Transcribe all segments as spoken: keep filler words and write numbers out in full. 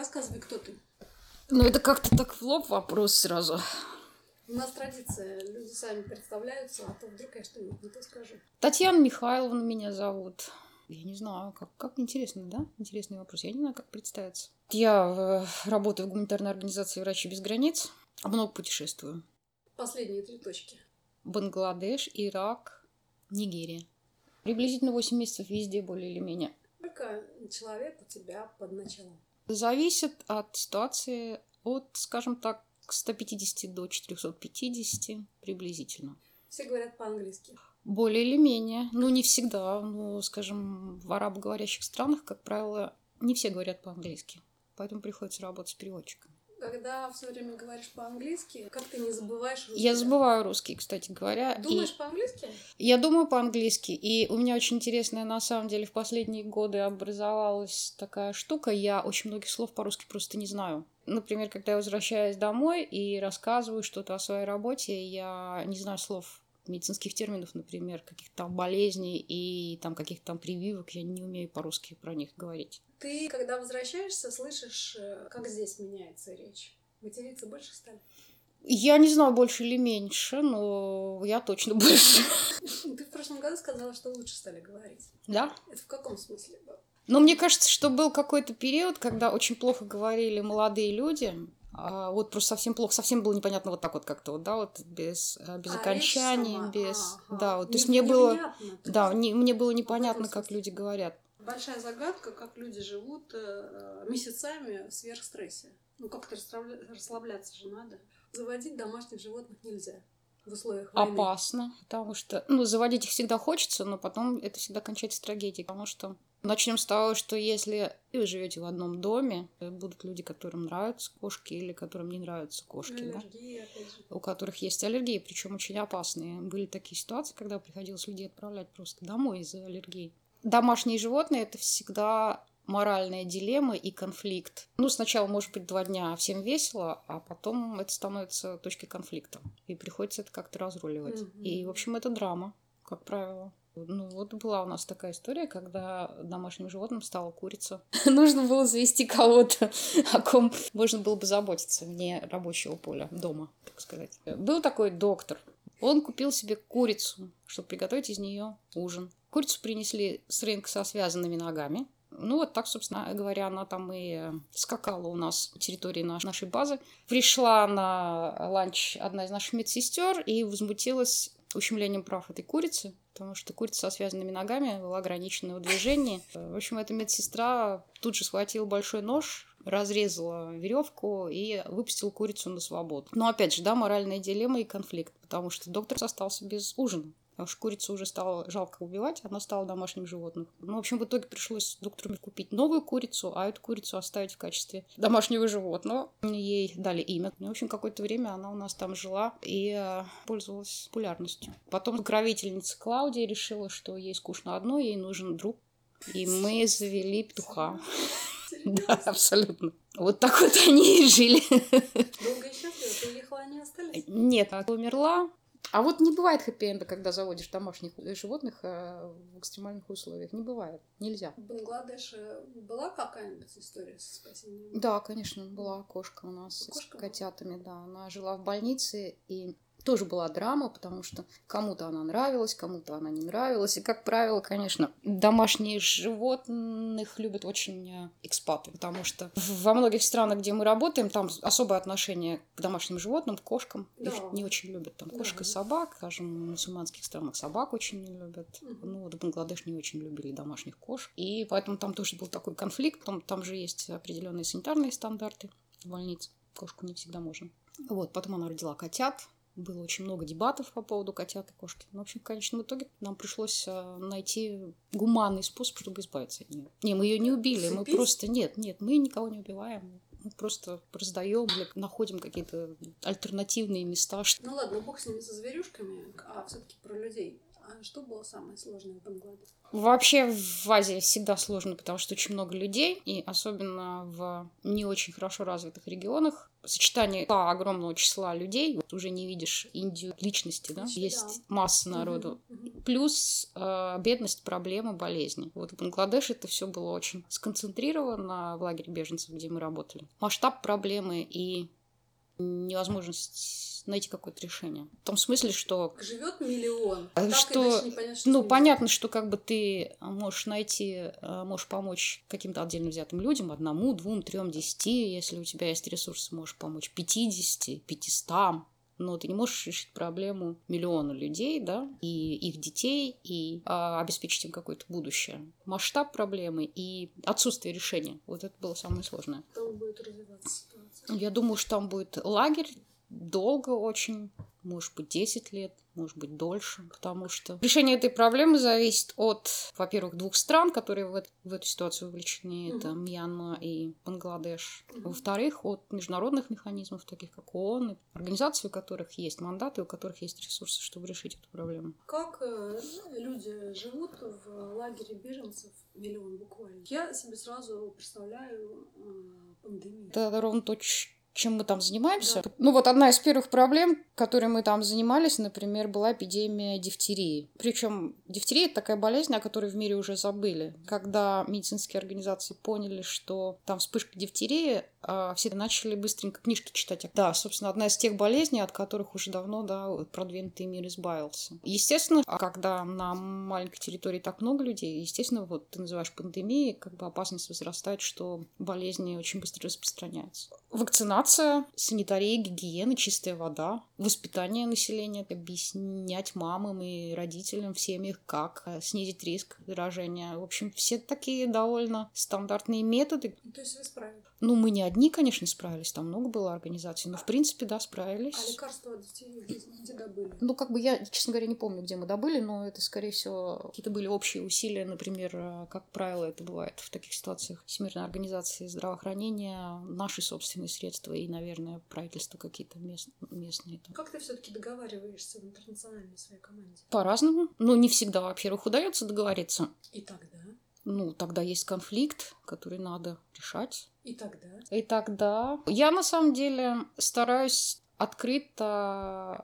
рассказывай, кто ты. Ну, это как-то так в лоб вопрос сразу. У нас традиция, люди сами представляются, а то вдруг я что-нибудь не то скажу. Татьяна Михайловна меня зовут. Я не знаю, как, как интересно, да? Интересный вопрос. Я не знаю, как представиться. Я э, работаю в гуманитарной организации «Врачи без границ». Много путешествую. Последние три точки. Бангладеш, Ирак, Нигерия. Приблизительно восемь месяцев везде, более или менее. Сколько человек у тебя под началом? Зависит от ситуации, от, скажем так, сто пятьдесят до четыреста пятьдесят приблизительно. Все говорят по-английски. Более или менее. Ну, не всегда. Ну, скажем, в арабоговорящих странах, как правило, не все говорят по-английски. Поэтому приходится работать с переводчиком. Когда все время говоришь по-английски, как ты не забываешь русский? Я забываю русский, кстати говоря. Думаешь и... по-английски? Я думаю по-английски. И у меня очень интересная, на самом деле, в последние годы образовалась такая штука. Я очень многих слов по-русски просто не знаю. Например, когда я возвращаюсь домой и рассказываю что-то о своей работе, я не знаю слов, медицинских терминов, например, каких-то там болезней и там каких-то там прививок. Я не умею по-русски про них говорить. Ты, когда возвращаешься, слышишь, как здесь меняется речь? Материться больше стали? Я не знаю, больше или меньше, но я точно больше. Ты в прошлом году сказала, что лучше стали говорить. Да? Это в каком смысле было? Но мне кажется, что был какой-то период, когда очень плохо говорили молодые люди. А вот просто совсем плохо, совсем было непонятно вот так вот как-то, вот, да, вот без, без а окончаний, сама, без... ага. Да, вот, то не, есть мне было... Да, есть... не, мне было непонятно, как люди говорят. Большая загадка, как люди живут э, месяцами в сверхстрессе. Ну, как-то расслабляться же надо. Заводить домашних животных нельзя в условиях войны. Опасно, потому что, ну, заводить их всегда хочется, но потом это всегда кончается трагедией, потому что начнем с того, что если вы живете в одном доме, будут люди, которым нравятся кошки или которым не нравятся кошки, аллергии, да? Опять же. У которых есть аллергии, причем очень опасные. Были такие ситуации, когда приходилось людей отправлять просто домой из-за аллергии. Домашние животные – это всегда моральная дилемма и конфликт. Ну, сначала, может быть, два дня всем весело, а потом это становится точкой конфликта. И приходится это как-то разруливать. Mm-hmm. И, в общем, это драма, как правило. Ну, вот была у нас такая история, когда домашним животным стала курица. Нужно было завести кого-то, о ком можно было бы заботиться вне рабочего поля, дома, так сказать. Был такой доктор. Он купил себе курицу, чтобы приготовить из нее ужин. Курицу принесли с рынка со связанными ногами. Ну, вот так, собственно говоря, она там и скакала у нас на территории нашей базы. Пришла на ланч одна из наших медсестер и возмутилась ущемлением прав этой курицы, потому что курица со связанными ногами была ограничена в движении. В общем, эта медсестра тут же схватила большой нож, разрезала веревку и выпустила курицу на свободу. Но опять же, да, моральная дилемма и конфликт, потому что доктор остался без ужина. Потому что курицу уже стало жалко убивать, она стала домашним животным. Ну, в общем, в итоге пришлось доктору купить новую курицу, а эту курицу оставить в качестве домашнего животного. Ей дали имя. В общем, какое-то время она у нас там жила и э, пользовалась популярностью. Потом покровительница Клаудия решила, что ей скучно одной, ей нужен друг. И мы завели петуха. Да, абсолютно. Вот так вот они и жили. Долго и счастливо? Ты уехала, они остались? Нет, она умерла. А вот не бывает хэппи-энда, когда заводишь домашних животных в экстремальных условиях. Не бывает. Нельзя. В Бангладеше была какая-нибудь история со спасением? Да, конечно, была кошка у нас кошка с котятами. Была? Да, она жила в больнице, и тоже была драма, потому что кому-то она нравилась, кому-то она не нравилась. И, как правило, конечно, домашних животных любят очень экспаты, потому что во многих странах, где мы работаем, там особое отношение к домашним животным, к кошкам. Да. Их не очень любят. Там кошка да. и собак. Скажем, в мусульманских странах собак очень не любят. Угу. Ну, вот в Бангладеш не очень любили домашних кошек. И поэтому там тоже был такой конфликт. Там, там же есть определенные санитарные стандарты в больнице. Кошку не всегда можно. Вот, потом она родила котят. Было очень много дебатов по поводу котят и кошки. Но, в общем, в конечном итоге нам пришлось найти гуманный способ, чтобы избавиться от нее. Не, мы ее не убили, мы просто... Нет, нет, мы никого не убиваем. Мы просто раздаем, находим какие-то альтернативные места. Ну ладно, бог с ними, со зверюшками, а все-таки про людей. А что было самое сложное в Бангладеше? Вообще в Азии всегда сложно, потому что очень много людей, и особенно в не очень хорошо развитых регионах сочетание огромного числа людей, вот уже не видишь Индию личности, да, Лично, есть да. масса народу, Мгм, мгм. плюс э, бедность, проблемы, болезни. Вот в Бангладеше это все было очень сконцентрировано в лагере беженцев, где мы работали. Масштаб проблемы и невозможность найти какое-то решение. В том смысле, что... Живет миллион. Так что, и дальше не понятно, что с ну, ним понятно, что как бы ты можешь найти, можешь помочь каким-то отдельно взятым людям, одному, двум, трем, десяти, если у тебя есть ресурсы, можешь помочь пятидесяти, пятистам, но ты не можешь решить проблему миллиона людей, да, и их детей, и а, обеспечить им какое-то будущее. Масштаб проблемы и отсутствие решения. Вот это было самое сложное. Там будет развиваться ситуация. Я думаю, что там будет лагерь долго очень, может быть, десять лет, может быть, дольше, потому что решение этой проблемы зависит от, во-первых, двух стран, которые в, это, в эту ситуацию вовлечены, это Мгм. Мьянма и Бангладеш. Мгм. Во-вторых, от международных механизмов, таких как ООН, организаций, у которых есть мандаты, у которых есть ресурсы, чтобы решить эту проблему. Как э, люди живут в лагере беженцев, миллион буквально? Я себе сразу представляю э, пандемию. Это ровно то, чем мы там занимаемся. Да. Ну вот одна из первых проблем, которой мы там занимались, например, была эпидемия дифтерии. Причем дифтерия – это такая болезнь, о которой в мире уже забыли. Когда медицинские организации поняли, что там вспышка дифтерии, все начали быстренько книжки читать. Да, собственно, одна из тех болезней, от которых уже давно, да, продвинутый мир избавился. Естественно, когда на маленькой территории так много людей, естественно, вот ты называешь пандемией, как бы опасность возрастает, что болезни очень быстро распространяются. Вакцинация, санитария, гигиена, чистая вода, воспитание населения, объяснять мамам и родителям в семьях, как снизить риск заражения. В общем, все такие довольно стандартные методы. То есть вы справились? Ну, мы не одни, конечно, справились, там много было организаций, но, в принципе, да, справились. А лекарства от дифтерии где, где добыли? Ну, как бы я, честно говоря, не помню, где мы добыли, но это, скорее всего, какие-то были общие усилия. Например, как правило, это бывает в таких ситуациях Всемирной организации здравоохранения, наши собственные средства и, наверное, правительства какие-то мест, местные. Там. Как ты все-таки договариваешься в интернациональной своей команде? По-разному. Ну, не всегда, во-первых, удается договориться. И тогда? Ну, тогда есть конфликт, который надо решать. И тогда? И тогда... Я, на самом деле, стараюсь открыто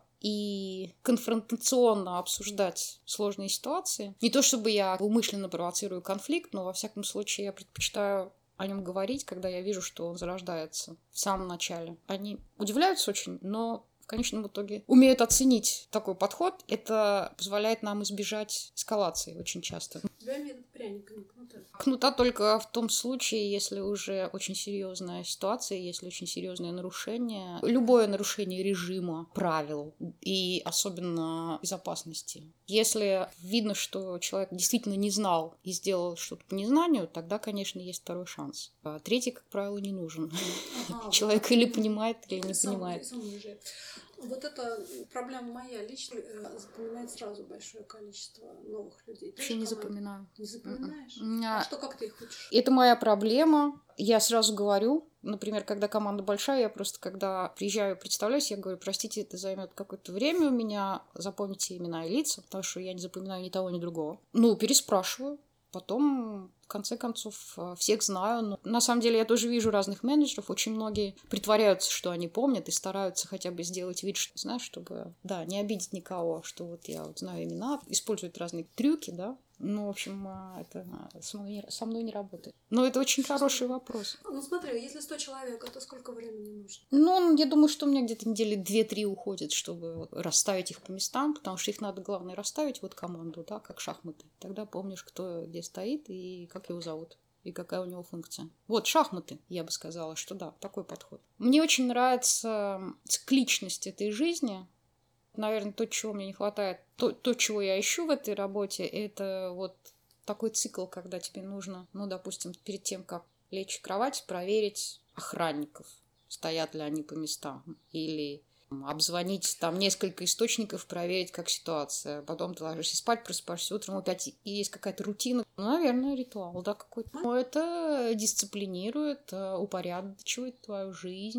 и конфронтационно обсуждать сложные ситуации. Не то чтобы я умышленно провоцирую конфликт, но, во всяком случае, я предпочитаю о нем говорить, когда я вижу, что он зарождается в самом начале. Они удивляются очень, но в конечном итоге умеют оценить такой подход. Это позволяет нам избежать эскалации очень часто. У тебя метод пряника, не кнута. Кнута только в том случае, если уже очень серьезная ситуация, если очень серьезное нарушение. Любое нарушение режима, правил и особенно безопасности. Если видно, что человек действительно не знал и сделал что-то по незнанию, тогда, конечно, есть второй шанс. А третий, как правило, не нужен. Ага, Человек вот или так. понимает, или не Сам- понимает. сам уже. Вот это проблема моя лично, э, запоминает сразу большое количество новых людей. Ты Вообще же не команда- запоминаю. Не запоминаешь? М-м. А А, что, как ты их учишь? Это моя проблема. Я сразу говорю, например, когда команда большая, я просто, когда приезжаю, представляюсь, я говорю, простите, это займет какое-то время у меня, запомните имена и лица, потому что я не запоминаю ни того, ни другого. Ну, переспрашиваю. Потом, в конце концов, всех знаю. Но на самом деле я тоже вижу разных менеджеров. Очень многие притворяются, что они помнят и стараются хотя бы сделать вид, что, знаешь, чтобы, да, не обидеть никого, что вот я вот знаю имена, используют разные трюки, да. Ну, в общем, это со мной, не, со мной не работает. Но это очень хороший вопрос. Ну смотри, если сто человек, то сколько времени нужно? Ну, я думаю, что у меня где-то недели две-три уходит, чтобы расставить их по местам, потому что их надо, главное, расставить, вот команду, да, как шахматы. Тогда помнишь, кто где стоит и как его зовут, и какая у него функция. Вот, шахматы, я бы сказала, что да, такой подход. Мне очень нравится цикличность этой жизни. Наверное, то, чего мне не хватает, то, то, чего я ищу в этой работе, это вот такой цикл, когда тебе нужно, ну, допустим, перед тем, как лечь в кровать, проверить охранников, стоят ли они по местам, или обзвонить там несколько источников, проверить, как ситуация. Потом ты ложишься спать, просыпаешься утром, опять и есть какая-то рутина. Ну, наверное, ритуал, да, какой-то. Но это дисциплинирует, упорядочивает твою жизнь.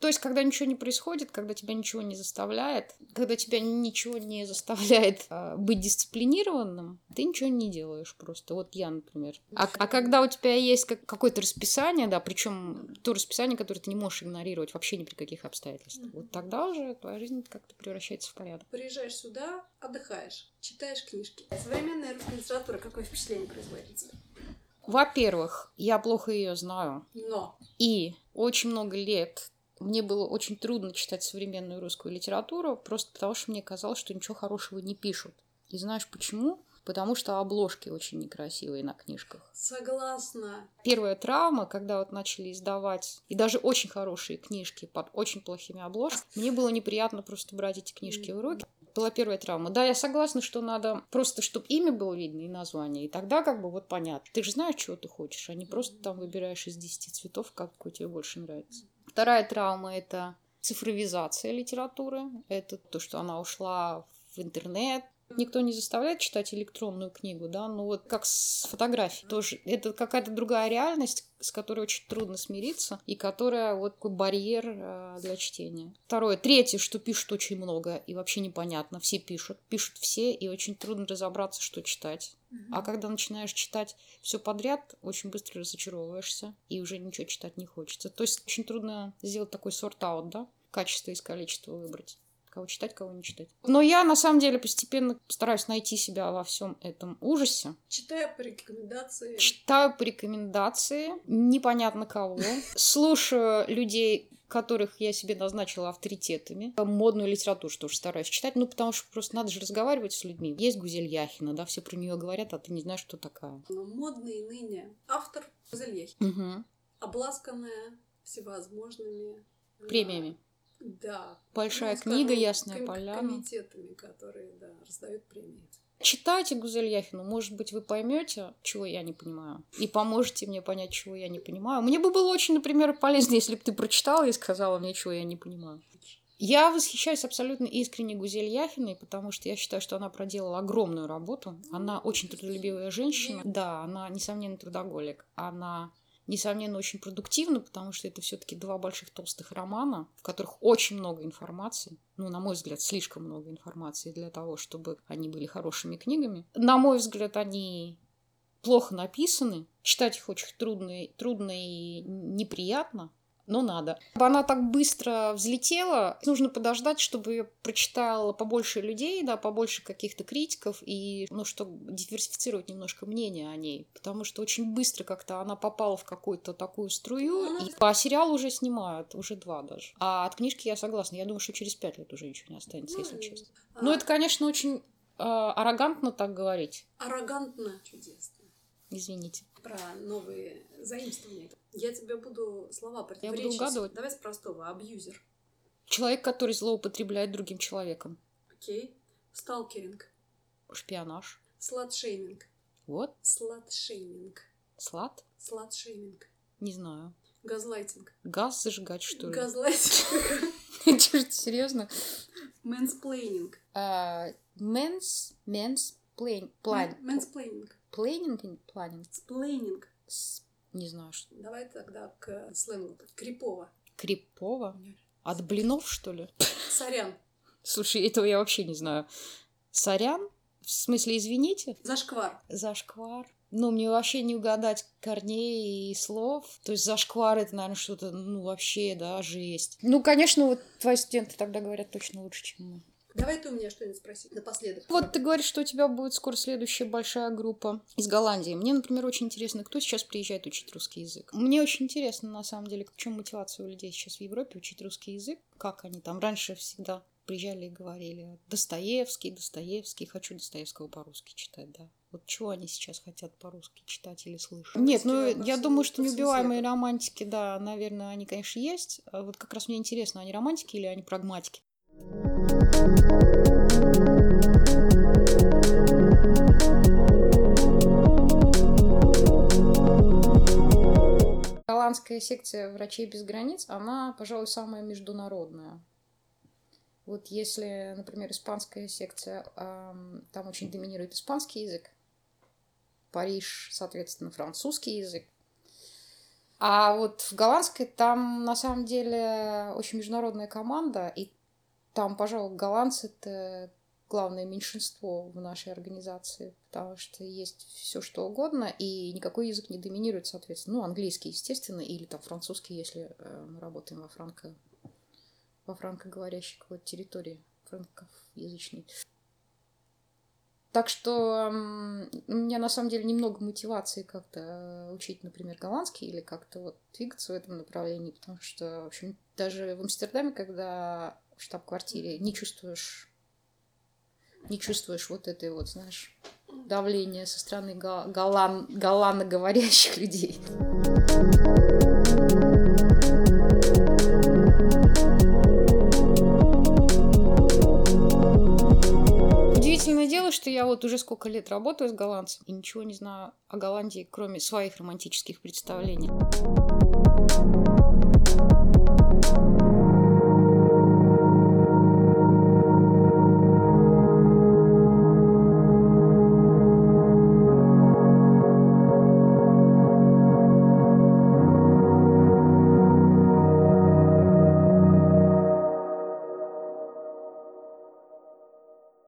То есть, когда ничего не происходит, когда тебя ничего не заставляет, когда тебя ничего не заставляет а, быть дисциплинированным, ты ничего не делаешь просто. Вот я, например. А, а когда у тебя есть как, какое-то расписание, да, причем то расписание, которое ты не можешь игнорировать вообще ни при каких обстоятельствах, mm-hmm. вот тогда уже твоя жизнь как-то превращается в порядок. Приезжаешь сюда, отдыхаешь, читаешь книжки. Современная русская литература какое впечатление производит на тебя? Во-первых, я плохо ее знаю. Но. И очень много лет мне было очень трудно читать современную русскую литературу, просто потому что мне казалось, что ничего хорошего не пишут. И знаешь почему? Потому что обложки очень некрасивые на книжках. Согласна. Первая травма, когда вот начали издавать, и даже очень хорошие книжки под очень плохими обложками, мне было неприятно просто брать эти книжки в руки. Была первая травма. Да, я согласна, что надо просто, чтобы имя было видно и название, и тогда как бы вот понятно. Ты же знаешь, чего ты хочешь, а не просто там выбираешь из десяти цветов, какой тебе больше нравится. Вторая травма – это цифровизация литературы. Это то, что она ушла в интернет. Никто не заставляет читать электронную книгу, да, но вот как с фотографией тоже. Это какая-то другая реальность, с которой очень трудно смириться, и которая вот такой барьер э, для чтения. Второе. Третье, что пишут очень много, и вообще непонятно. Все пишут. Пишут все, и очень трудно разобраться, что читать. Mm-hmm. А когда начинаешь читать все подряд, очень быстро разочаровываешься, и уже ничего читать не хочется. То есть очень трудно сделать такой сорт-аут, да, качество из количества выбрать. Кого читать, кого не читать. Но я, на самом деле, постепенно стараюсь найти себя во всем этом ужасе. Читаю по рекомендации. Читаю по рекомендации. Непонятно кого. Слушаю людей, которых я себе назначила авторитетами. Модную литературу тоже стараюсь читать. Ну, потому что просто надо же разговаривать с людьми. Есть Гузель Яхина, да, все про нее говорят, а ты не знаешь, кто такая. Но модный ныне автор Гузель Яхина. Угу. Обласканная всевозможными премиями. Да. Большая ну, книга, скажем, Ясная ком- поляна. Комитетами, которые, да, раздают премии. Читайте Гузель Яхину, может быть, вы поймете, чего я не понимаю, и поможете мне понять, чего я не понимаю. Мне бы было очень, например, полезно, если бы ты прочитала и сказала мне, чего я не понимаю. Я восхищаюсь абсолютно искренне Гузель Яхиной, потому что я считаю, что она проделала огромную работу. Она очень трудолюбивая женщина. Да, она, несомненно, трудоголик. Она... несомненно, очень продуктивно, потому что это все-таки два больших толстых романа, в которых очень много информации. Ну, на мой взгляд, слишком много информации для того, чтобы они были хорошими книгами. На мой взгляд, они плохо написаны. Читать их очень трудно, трудно и неприятно. Но надо. Она так быстро взлетела, нужно подождать, чтобы ее прочитало побольше людей, да, побольше каких-то критиков, и, ну, чтобы диверсифицировать немножко мнение о ней, потому что очень быстро как-то она попала в какую-то такую струю, и по сериалу уже снимают, уже два даже. А от книжки я согласна, я думаю, что через пять лет уже ничего не останется, если честно. А... Ну, это, конечно, очень э, аррогантно так говорить. Аррогантно. Чудесно. Извините. Про новые заимствования. Я тебе буду слова противоречить. Я буду угадывать. Давай с простого. Абьюзер. Человек, который злоупотребляет другим человеком. Окей. Сталкеринг. Шпионаж. Сладшейминг. Вот. Сладшейминг. Слад? Сладшейминг. Не знаю. Газлайтинг. Газ зажигать, что ли? Газлайтинг. Что ж, серьезно? Мэнсплейнинг. Мэнс... Мэнс... Плейн... Мэнсплейнинг. Плейнинг или планинг? Сплейнинг. Не знаю, что. Давай тогда к сленгу. Крипово. Крипово? От блинов, что ли? Сорян. Слушай, этого я вообще не знаю. Сорян? В смысле, извините? Зашквар. Зашквар. Ну, мне вообще не угадать корней и слов. То есть зашквар — это, наверное, что-то, ну, вообще, да, жесть. Ну, конечно, вот твои студенты тогда говорят точно лучше, чем мы. Давай ты у меня что-нибудь спроси напоследок. Вот ты говоришь, что у тебя будет скоро следующая большая группа из Голландии. Мне, например, очень интересно, кто сейчас приезжает учить русский язык. Мне очень интересно, на самом деле, в чем мотивация у людей сейчас в Европе учить русский язык. Как они там раньше всегда приезжали и говорили: Достоевский, Достоевский, хочу Достоевского по-русски читать, да. Вот чего они сейчас хотят по-русски читать или слышать? Нет, ну, я думаю, что неубиваемые романтики, да, наверное, они, конечно, есть. А вот как раз мне интересно, они романтики или они прагматики? Голландская секция «Врачей без границ», она, пожалуй, самая международная. Вот если, например, испанская секция, там очень доминирует испанский язык, Париж, соответственно, французский язык. А вот в голландской там на самом деле очень международная команда, и там, пожалуй, голландцы это главное меньшинство в нашей организации, потому что есть все что угодно, и никакой язык не доминирует, соответственно. Ну, английский, естественно, или там французский, если э, мы работаем во франко, во франкоговорящей какой-то территории, франкоязычной. Так что у меня на самом деле немного мотивации как-то учить, например, голландский или как-то вот двигаться в этом направлении, потому что, в общем, даже в Амстердаме, когда в штаб-квартире не чувствуешь, не чувствуешь вот этой вот, знаешь, давления со стороны голланд, голландоговорящих людей. Удивительное дело, что я вот уже сколько лет работаю с голландцем и ничего не знаю о Голландии, кроме своих романтических представлений.